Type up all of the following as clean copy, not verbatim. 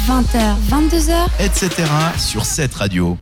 20h, 22h, etc. sur cette radio.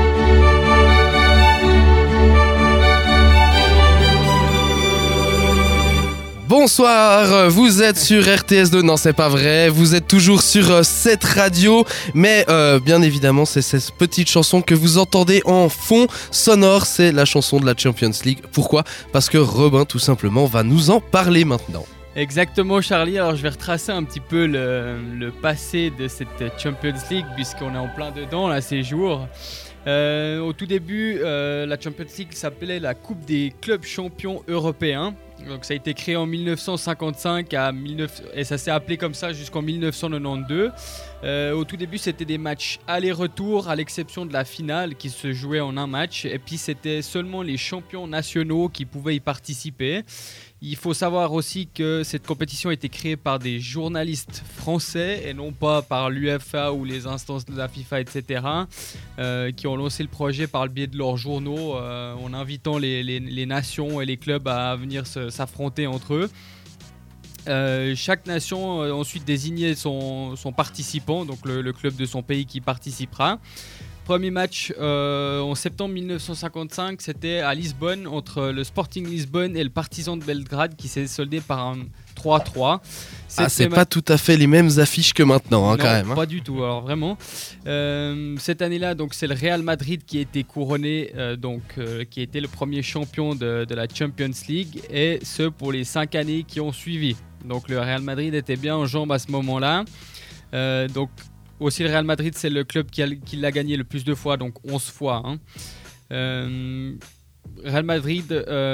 Bonsoir, vous êtes sur RTS2, non c'est pas vrai, vous êtes toujours sur cette radio, mais bien évidemment c'est cette petite chanson que vous entendez en fond sonore, c'est la chanson de la Champions League. Pourquoi ? Parce que Robin tout simplement va nous en parler maintenant. Exactement Charlie, alors je vais retracer un petit peu le passé de cette Champions League puisqu'on est en plein dedans là ces jours. Au tout début, la Champions League s'appelait la Coupe des clubs champions européens. Donc ça a été créé en 1955 et ça s'est appelé comme ça jusqu'en 1992. Au tout début, c'était des matchs aller-retour à l'exception de la finale qui se jouait en un match. Et puis c'était seulement les champions nationaux qui pouvaient y participer. Il faut savoir aussi que cette compétition a été créée par des journalistes français et non pas par l'UEFA ou les instances de la FIFA, etc. Qui ont lancé le projet par le biais de leurs journaux en invitant les nations et les clubs à venir s'affronter entre eux. Chaque nation ensuite désignait son participant, donc le club de son pays qui participera. Premier match en septembre 1955, c'était à Lisbonne entre le Sporting Lisbonne et le Partizan de Belgrade qui s'est soldé par un 3-3. C'est pas tout à fait les mêmes affiches que maintenant non, quand même. Pas du tout, alors vraiment. Cette année-là, donc, c'est le Real Madrid qui a été couronné, qui a été le premier champion de la Champions League, et ce pour les 5 années qui ont suivi. Donc le Real Madrid était bien en jambes à ce moment-là. Aussi, le Real Madrid, c'est le club qui l'a gagné le plus de fois, donc 11 fois. Real Madrid,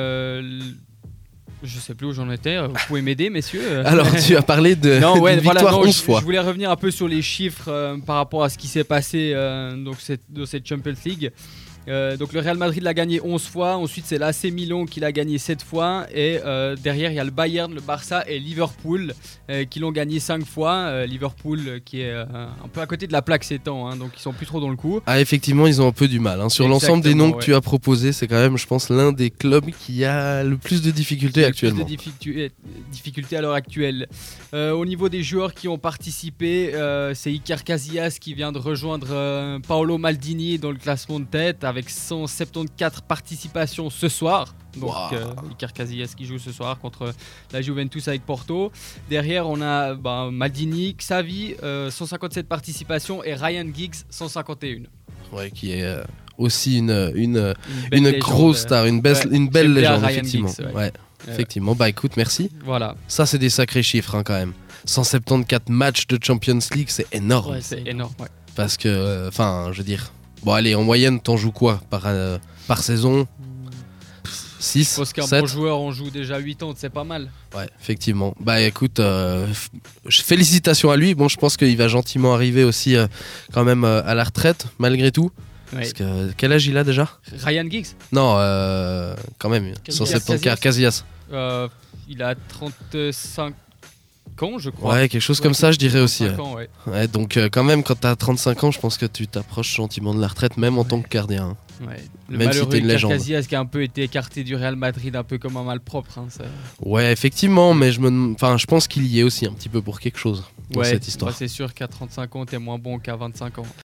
je sais plus où j'en étais, vous pouvez m'aider, messieurs. Alors, tu as parlé de victoire 11 fois. Je voulais revenir un peu sur les chiffres par rapport à ce qui s'est passé dans cette Champions League. Donc le Real Madrid l'a gagné 11 fois, ensuite c'est l'AC Milan qui l'a gagné 7 fois et derrière il y a le Bayern, le Barça et Liverpool qui l'ont gagné 5 fois. Liverpool qui est un peu à côté de la plaque ces temps, donc ils sont plus trop dans le coup. Ah effectivement ils ont un peu du mal. Sur l'ensemble des noms que tu as proposés, c'est quand même je pense l'un des clubs qui a le plus de difficultés actuellement. Plus de difficultés à l'heure actuelle. Au niveau des joueurs qui ont participé, c'est Iker Casillas qui vient de rejoindre Paolo Maldini dans le classement de tête avec 174 participations ce soir. Donc Iker Casillas qui joue ce soir contre la Juventus avec Porto. Derrière on a Maldini, Xavi, 157 participations et Ryan Giggs 151. Ouais, qui est aussi une grosse star, une belle légende effectivement. Giggs, ouais. Effectivement, écoute, merci. Voilà. Ça c'est des sacrés chiffres quand même. 174 matchs de Champions League, c'est énorme. Ouais, c'est énorme. Ouais. Parce que, je veux dire, allez, en moyenne, t'en joues quoi par saison ? 6, je pense qu'un 7. bon joueur en joue déjà 8 ans, c'est pas mal. Ouais, effectivement. Écoute, félicitations à lui. Bon, je pense qu'il va gentiment arriver aussi quand même à la retraite, malgré tout. Ouais. Parce que, quel âge il a déjà ? Ryan Giggs ? Non, quand même, 174, Casillas. Il a 35 ans, je crois. Ouais, quelque chose comme ça, je dirais aussi. Ans, ouais. Ouais, donc quand même, quand t'as 35 ans, je pense que tu t'approches gentiment de la retraite, même en tant que gardien. Ouais. Le même si t'es une légende. Casillas qui a un peu été écarté du Real Madrid, un peu comme un malpropre. Ça... Ouais, effectivement, mais je pense qu'il y est aussi un petit peu pour quelque chose dans cette histoire. C'est sûr qu'à 35 ans, t'es moins bon qu'à 25 ans.